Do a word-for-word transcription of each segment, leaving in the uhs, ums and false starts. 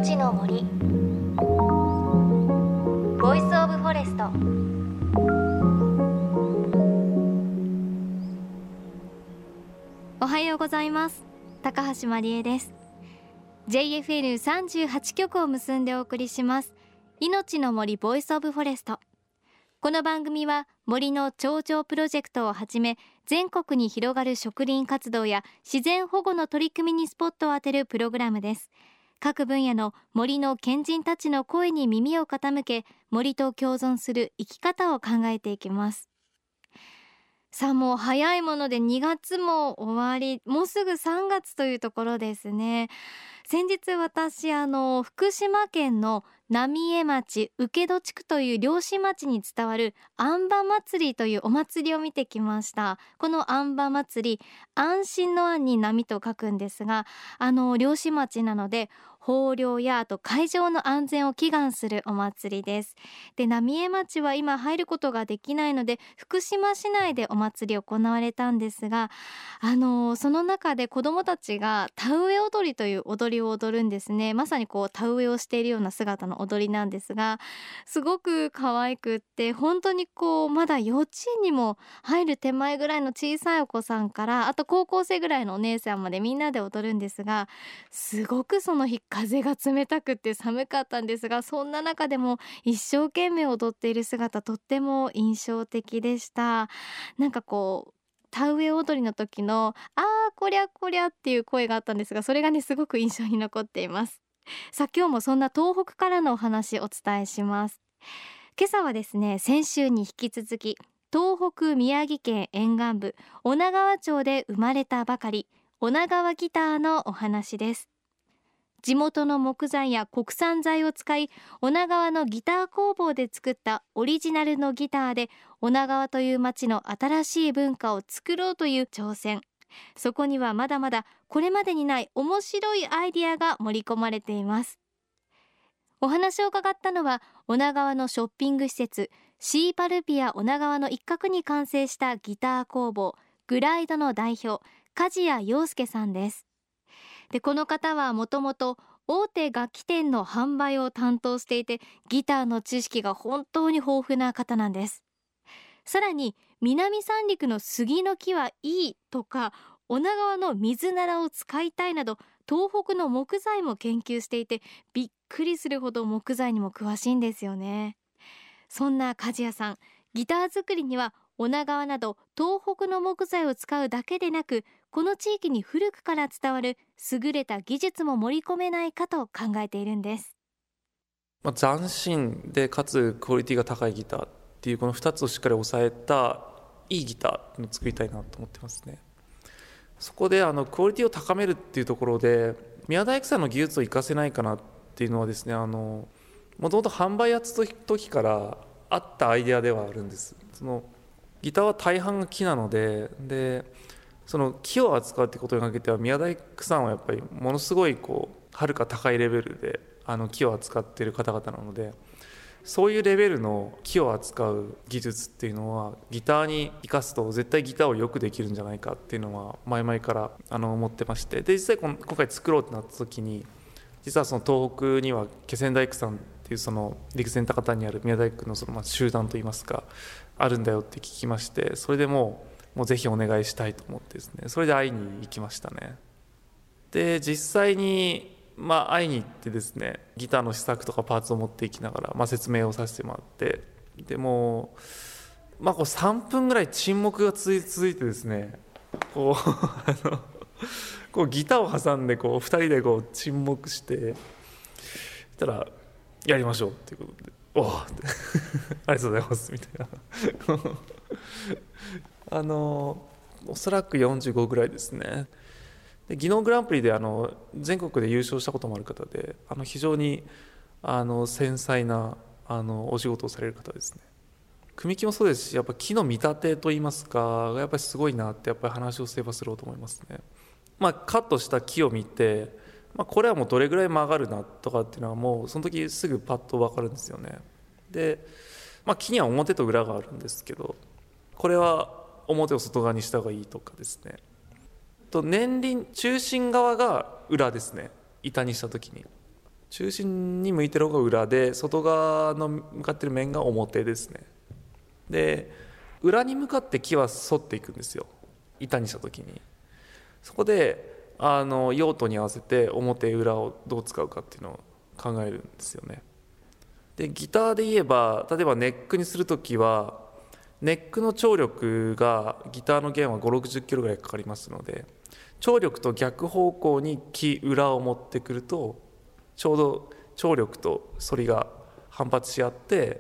命の森ボイスオブフォレスト。おはようございます。高橋真理恵です。 ジェイエフエルさんじゅうはち 局を結んでお送りします命の森ボイスオブフォレスト。この番組は森の頂上プロジェクトをはじめ全国に広がる植林活動や自然保護の取り組みにスポットを当てるプログラムです。各分野の森の賢人たちの声に耳を傾け、森と共存する生き方を考えていきます。さあ、もう早いものでにがつも終わり、もうすぐさんがつというところですね。先日私あの福島県の浪江町請戸地区という漁師町に伝わる安波祭りというお祭りを見てきました。この安波祭り、安心の安に波と書くんですが、あの漁師町なので豊漁やあと海上の安全を祈願するお祭りです。で、浪江町は今入ることができないので福島市内でお祭り行われたんですが、あのその中で子どもたちが田植え踊りという踊りを踊るんですね。まさにこう田植えをしているような姿の踊りなんですが、すごく可愛くって、本当にこうまだ幼稚園にも入る手前ぐらいの小さいお子さんから、あと高校生ぐらいのお姉さんまでみんなで踊るんですが、すごくその日風が冷たくて寒かったんですが、そんな中でも一生懸命踊っている姿、とっても印象的でした。なんかこう田植え踊りの時のあーこりゃこりゃっていう声があったんですが、それがねすごく印象に残っています。さあ、今日もそんな東北からのお話お伝えします。今朝はですね、先週に引き続き東北宮城県沿岸部女川町で生まれたばかり女川ギターのお話です。地元の木材や国産材を使い、女川のギター工房で作ったオリジナルのギターで女川という町の新しい文化を作ろうという挑戦。そこにはまだまだこれまでにない面白いアイディアが盛り込まれています。お話を伺ったのは女川のショッピング施設シーパルピア女川の一角に完成したギター工房グライドの代表梶谷陽介さんです。で、この方はもともと大手楽器店の販売を担当していて、ギターの知識が本当に豊富な方なんです。さらに南三陸の杉の木はいいとか、女川の水ならを使いたいなど東北の木材も研究していて、びっくりするほど木材にも詳しいんですよね。そんな梶谷さん、ギター作りには女川など東北の木材を使うだけでなく、この地域に古くから伝わる優れた技術も盛り込めないかと考えているんです。 まあ、斬新でかつクオリティが高いギターっていうこのふたつをしっかり抑えたいいギターを作りたいなと思ってますね。そこであのクオリティを高めるっていうところで宮大工さんの技術を生かせないかなっていうのはですね、あのもともと販売やってた時からあったアイデアではあるんです。そのギターは大半が木なので、でその木を扱うってことにかけては宮大工さんはやっぱりものすごいこうはるか高いレベルであの木を扱っている方々なので、そういうレベルの木を扱う技術っていうのはギターに生かすと絶対ギターをよくできるんじゃないかっていうのは前々からあの思ってまして、で実際今回作ろうってなった時に、実はその東北には気仙大工さんっていうその陸前高田にある宮大工のそのまあ集団といいますかあるんだよって聞きまして、それでもうもうぜひお願いしたいと思ってですね、それで会いに行きましたね。で実際にまあ会いに行ってですね、ギターの試作とかパーツを持っていきながら、まあ、説明をさせてもらって、でもう、まあ、こうさんぷんぐらい沈黙が続い続いてですね、こうあのこうギターを挟んでこうふたりでこう沈黙して、そしたらやりましょうっていうことで、おおありがとうございますみたいなあのおそらくよんじゅうごぐらいですね。で技能グランプリであの全国で優勝したこともある方で、あの非常にあの繊細なあのお仕事をされる方ですね。組木もそうですし、やっぱ木の見立てといいますかがやっぱりすごいなってやっぱり話をすればすると思いますね。まあ、カットした木を見て、まあ、これはもうどれぐらい曲がるなとかっていうのはもうその時すぐパッと分かるんですよね。で、まあ、木には表と裏があるんですけど、これは表を外側にした方がいいとかですね、と年輪中心側が裏ですね、板にした時に中心に向いてる方が裏で、外側の向かってる面が表ですね。で裏に向かって木は反っていくんですよ、板にした時に。そこであの用途に合わせて表裏をどう使うかっていうのを考えるんですよね。でギターで言えば、例えばネックにする時はネックの張力がギターの弦はごじゅうろくじゅっキロぐらいかかりますので、張力と逆方向に木裏を持ってくると、ちょうど張力と反りが反発し合って、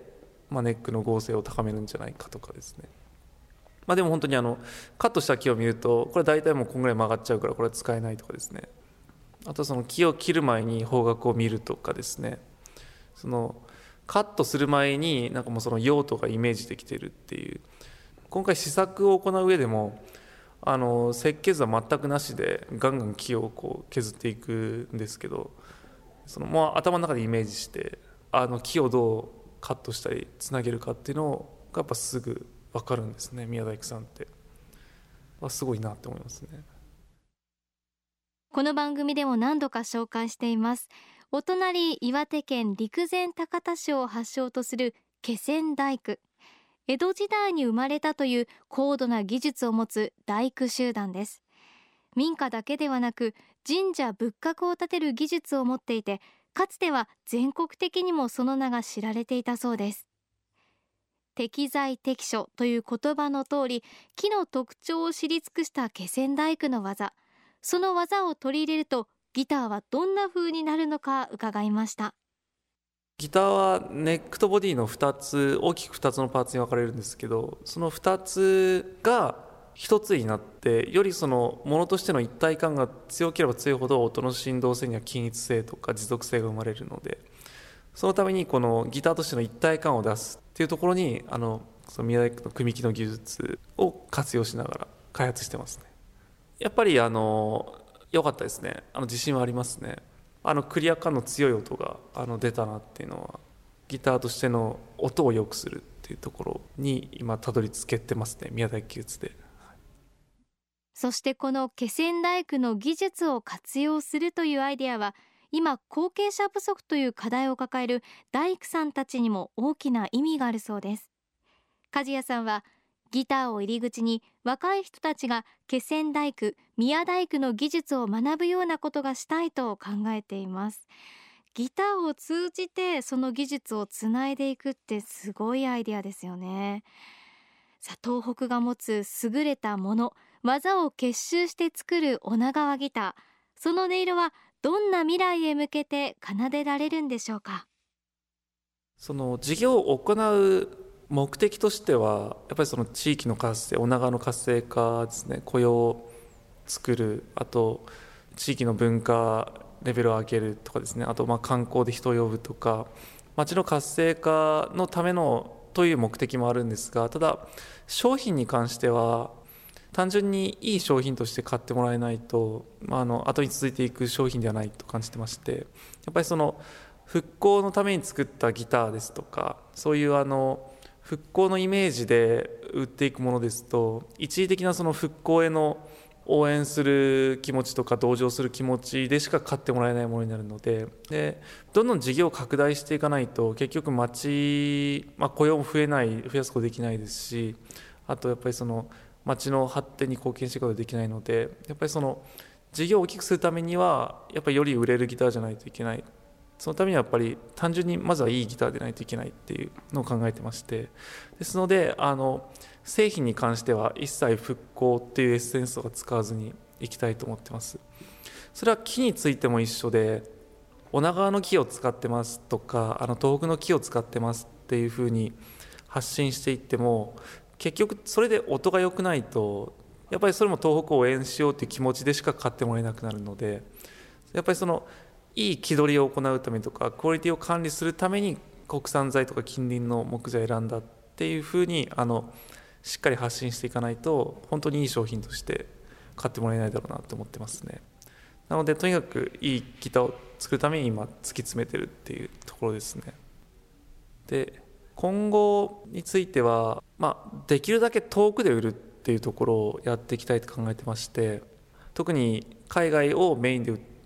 まあ、ネックの剛性を高めるんじゃないかとかですね。まあ、でも本当にあのカットした木を見ると、これ大体もうこんぐらい曲がっちゃうからこれは使えないとかですね。あとその木を切る前に方角を見るとかですね。そのカットする前になんかもうその用途がイメージできているっていう。今回試作を行う上でもあの設計図は全くなしでガンガン木をこう削っていくんですけど、そのもう頭の中でイメージしてあの木をどうカットしたりつなげるかっていうのがやっぱすぐ分かるんですね、宮大工さんって。すごいなって思いますね。 この番組でも何度か紹介しています、お隣岩手県陸前高田市を発祥とする気仙大工。江戸時代に生まれたという高度な技術を持つ大工集団です。民家だけではなく神社仏閣を建てる技術を持っていて、かつては全国的にもその名が知られていたそうです。適材適所という言葉の通り、木の特徴を知り尽くした気仙大工の技、その技を取り入れるとギターはどんな風になるのか伺いました。 ギターはネックとボディのふたつ、大きくふたつのパーツに分かれるんですけど、そのふたつがひとつになって、よりそのものとしての一体感が強ければ強いほど音の振動性には均一性とか持続性が生まれるので、そのためにこのギターとしての一体感を出すっていうところにあのその宮大工の組木の技術を活用しながら開発してますね。やっぱりあの良かったですね。あの自信はありますね。あのクリア感の強い音があの出たなっていうのは、ギターとしての音を良くするっていうところに今たどり着けてますね、宮大工技術で。 そしてこの気仙大工の技術を活用するというアイデアは、今後継者不足という課題を抱える大工さんたちにも大きな意味があるそうです。梶谷さんはギターを入り口に若い人たちが気仙大工、宮大工の技術を学ぶようなことがしたいと考えています。ギターを通じてその技術をつないでいくってすごいアイデアですよね。さあ、東北が持つ優れたもの、技を結集して作る女川ギター、その音色はどんな未来へ向けて奏でられるんでしょうか。 その事業を行う目的としてはやっぱりその地域の活性、女川の活性化ですね、雇用を作る、あと地域の文化レベルを上げるとかですね、あとまあ観光で人を呼ぶとか、町の活性化のためのという目的もあるんですが、ただ商品に関しては単純にいい商品として買ってもらえないと、まあ、あの後に続いていく商品ではないと感じてまして、やっぱりその復興のために作ったギターですとか、そういうあの復興のイメージで売っていくものですと、一時的なその復興への応援する気持ちとか同情する気持ちでしか買ってもらえないものになるので、でどんどん事業を拡大していかないと結局町、まあ、雇用も増えない増やすことできないですし、あとやっぱりその町の発展に貢献していくことができないので、やっぱりその事業を大きくするためにはやっぱりより売れるギターじゃないといけない。そのためにはやっぱり単純にまずはいいギターでないといけないっていうのを考えてまして、ですのであの製品に関しては一切復興っていうエッセンスとか使わずにいきたいと思ってます。それは木についても一緒で、女川の木を使ってますとか、あの東北の木を使ってますっていうふうに発信していっても、結局それで音が良くないとやっぱりそれも東北を応援しようという気持ちでしか買ってもらえなくなるので、やっぱりそのいい木取りを行うためとかクオリティを管理するために国産材とか近隣の木材を選んだっていうふうにあのしっかり発信していかないと本当にいい商品として買ってもらえないだろうなと思ってますね。なのでとにかくいいギターを作るために今突き詰めてるっていうところですね。で今後については、まあ、できるだけ遠くで売るっていうところをやっていきたいと考えてまして、特に海外をメインで売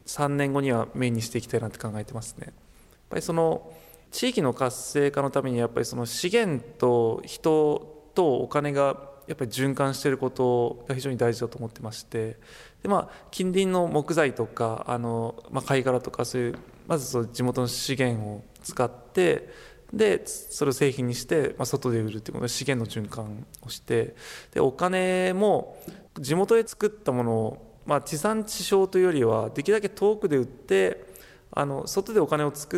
さんねんごにはメインにしていきたいなって考えてますね。やっぱりその地域の活性化のためにやっぱりその資源と人とお金がやっぱり循環していることが非常に大事だと思ってまして、で、まあ、近隣の木材とかあの、まあ、貝殻とかそういうまずその地元の資源を使ってでそれを製品にして、まあ、外で売るということで資源の循環をして、でお金も地元で作ったものを、まあ、地産地消というよりはできるだけ遠くで売ってあの外でお金を作って、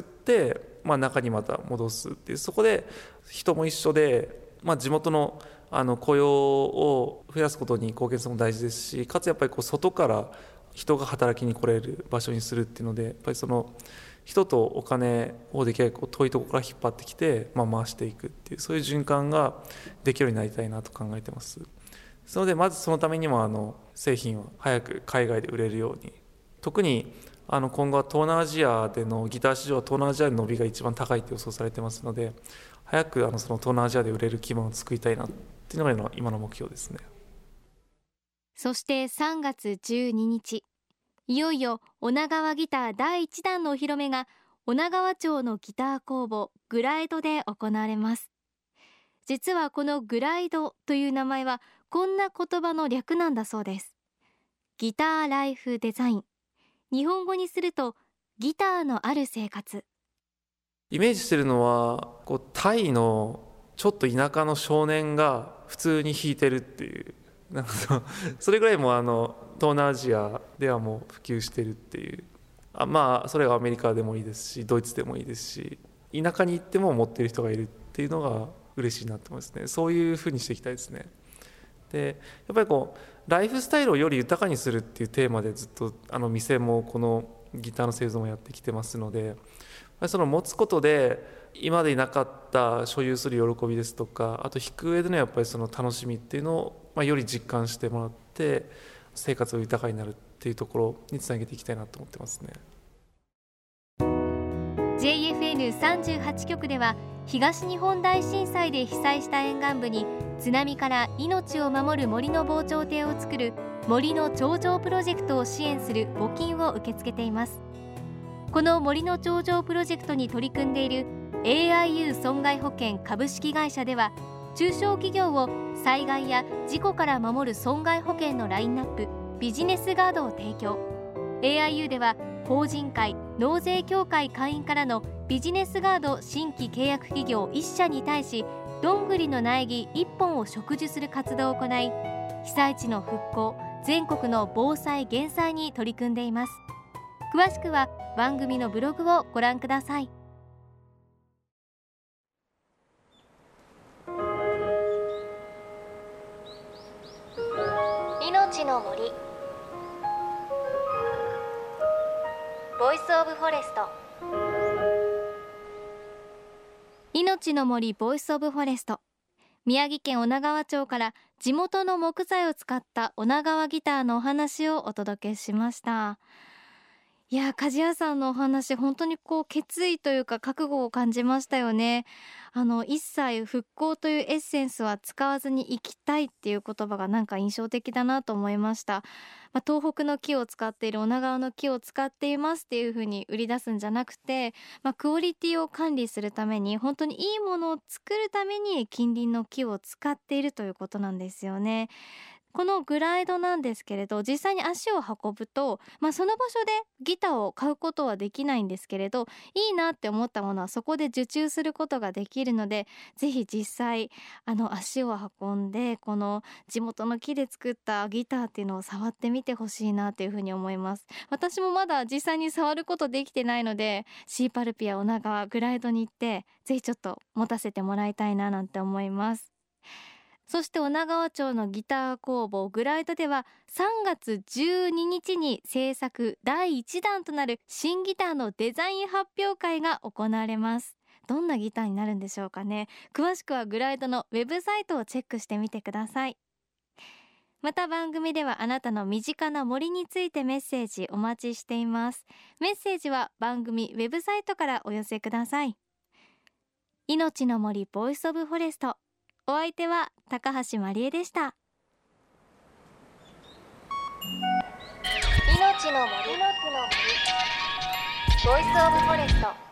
まあ、中にまた戻すっていう、そこで人も一緒で、まあ、地元のあの雇用を増やすことに貢献するのも大事ですし、かつやっぱりこう外から人が働きに来れる場所にするっていうので、やっぱりその人とお金をできるだけこう遠いところから引っ張ってきて、まあ、回していくっていう、そういう循環ができるようになりたいなと考えてます。ですのでまずそのためにもあの製品を早く海外で売れるように、特にあの今後は東南アジアでのギター市場は東南アジアの伸びが一番高いと予想されてますので、早くあのその東南アジアで売れる基盤を作りたいなっていうのが今の目標ですね。 そしてさんがつじゅうににち、いよいよ女川ギターだいいちだんのお披露目が女川町のギター工房グライドで行われます。実はこのグライドという名前はこんな言葉の略なんだそうです。ギターライフデザイン、日本語にするとギターのある生活。 イメージしてるのはこうタイのちょっと田舎の少年が普通に弾いてるっていう、なんかそれぐらいもうあの東南アジアではもう普及してるっていう、あまあそれがアメリカでもいいですしドイツでもいいですし、田舎に行っても持ってる人がいるっていうのが嬉しいなって思いますね。そういうふうにしていきたいですね。でやっぱりこうライフスタイルをより豊かにするっていうテーマでずっとあの店もこのギターの製造もやってきてますので、その持つことで今までいなかった所有する喜びですとか、あと弾く上でのやっぱりその楽しみっていうのを、まあ、より実感してもらって生活が豊かになるっていうところにつなげていきたいなと思ってますね。 ジェイエフエヌさんじゅうはち 局では東日本大震災で被災した沿岸部に津波から命を守る森の防潮堤を作る森の頂上プロジェクトを支援する募金を受け付けています。この森の頂上プロジェクトに取り組んでいる エーアイユー 損害保険株式会社では、中小企業を災害や事故から守る損害保険のラインナップビジネスガードを提供。 エーアイユー では法人会納税協会会員からのビジネスガード新規契約企業いっしゃに対しどんぐりの苗木いっぽんを植樹する活動を行い、被災地の復興、全国の防災減災に取り組んでいます。詳しくは番組のブログをご覧ください。命の森ボイスオブフォレスト。命の森ボイスオブフォレスト、宮城県女川町から地元の木材を使った女川ギターのお話をお届けしました。いや、梶谷さんのお話、本当にこう決意というか覚悟を感じましたよね。あの一切復興というエッセンスは使わずに生きたいっていう言葉がなんか印象的だなと思いました。まあ、東北の木を使っている女川の木を使っていますっていう風に売り出すんじゃなくて、まあ、クオリティを管理するために本当にいいものを作るために近隣の木を使っているということなんですよね。このグライドなんですけれど、実際に足を運ぶと、まあ、その場所でギターを買うことはできないんですけれど、いいなって思ったものはそこで受注することができるので、ぜひ実際あの足を運んでこの地元の木で作ったギターっていうのを触ってみてほしいなというふうに思います。私もまだ実際に触ることできてないので、シーパルピア女川グライドに行ってぜひちょっと持たせてもらいたいななんて思います。そして女川町のギター工房グライドではさんがつじゅうににちに制作だいいちだんとなる新ギターのデザイン発表会が行われます。どんなギターになるんでしょうかね。詳しくはグライドのウェブサイトをチェックしてみてください。また番組ではあなたの身近な森についてメッセージお待ちしています。メッセージは番組ウェブサイトからお寄せください。命の森ボイスオブフォレスト、お相手は高橋まりえでした。命の森。 ボイスオブフォレスト。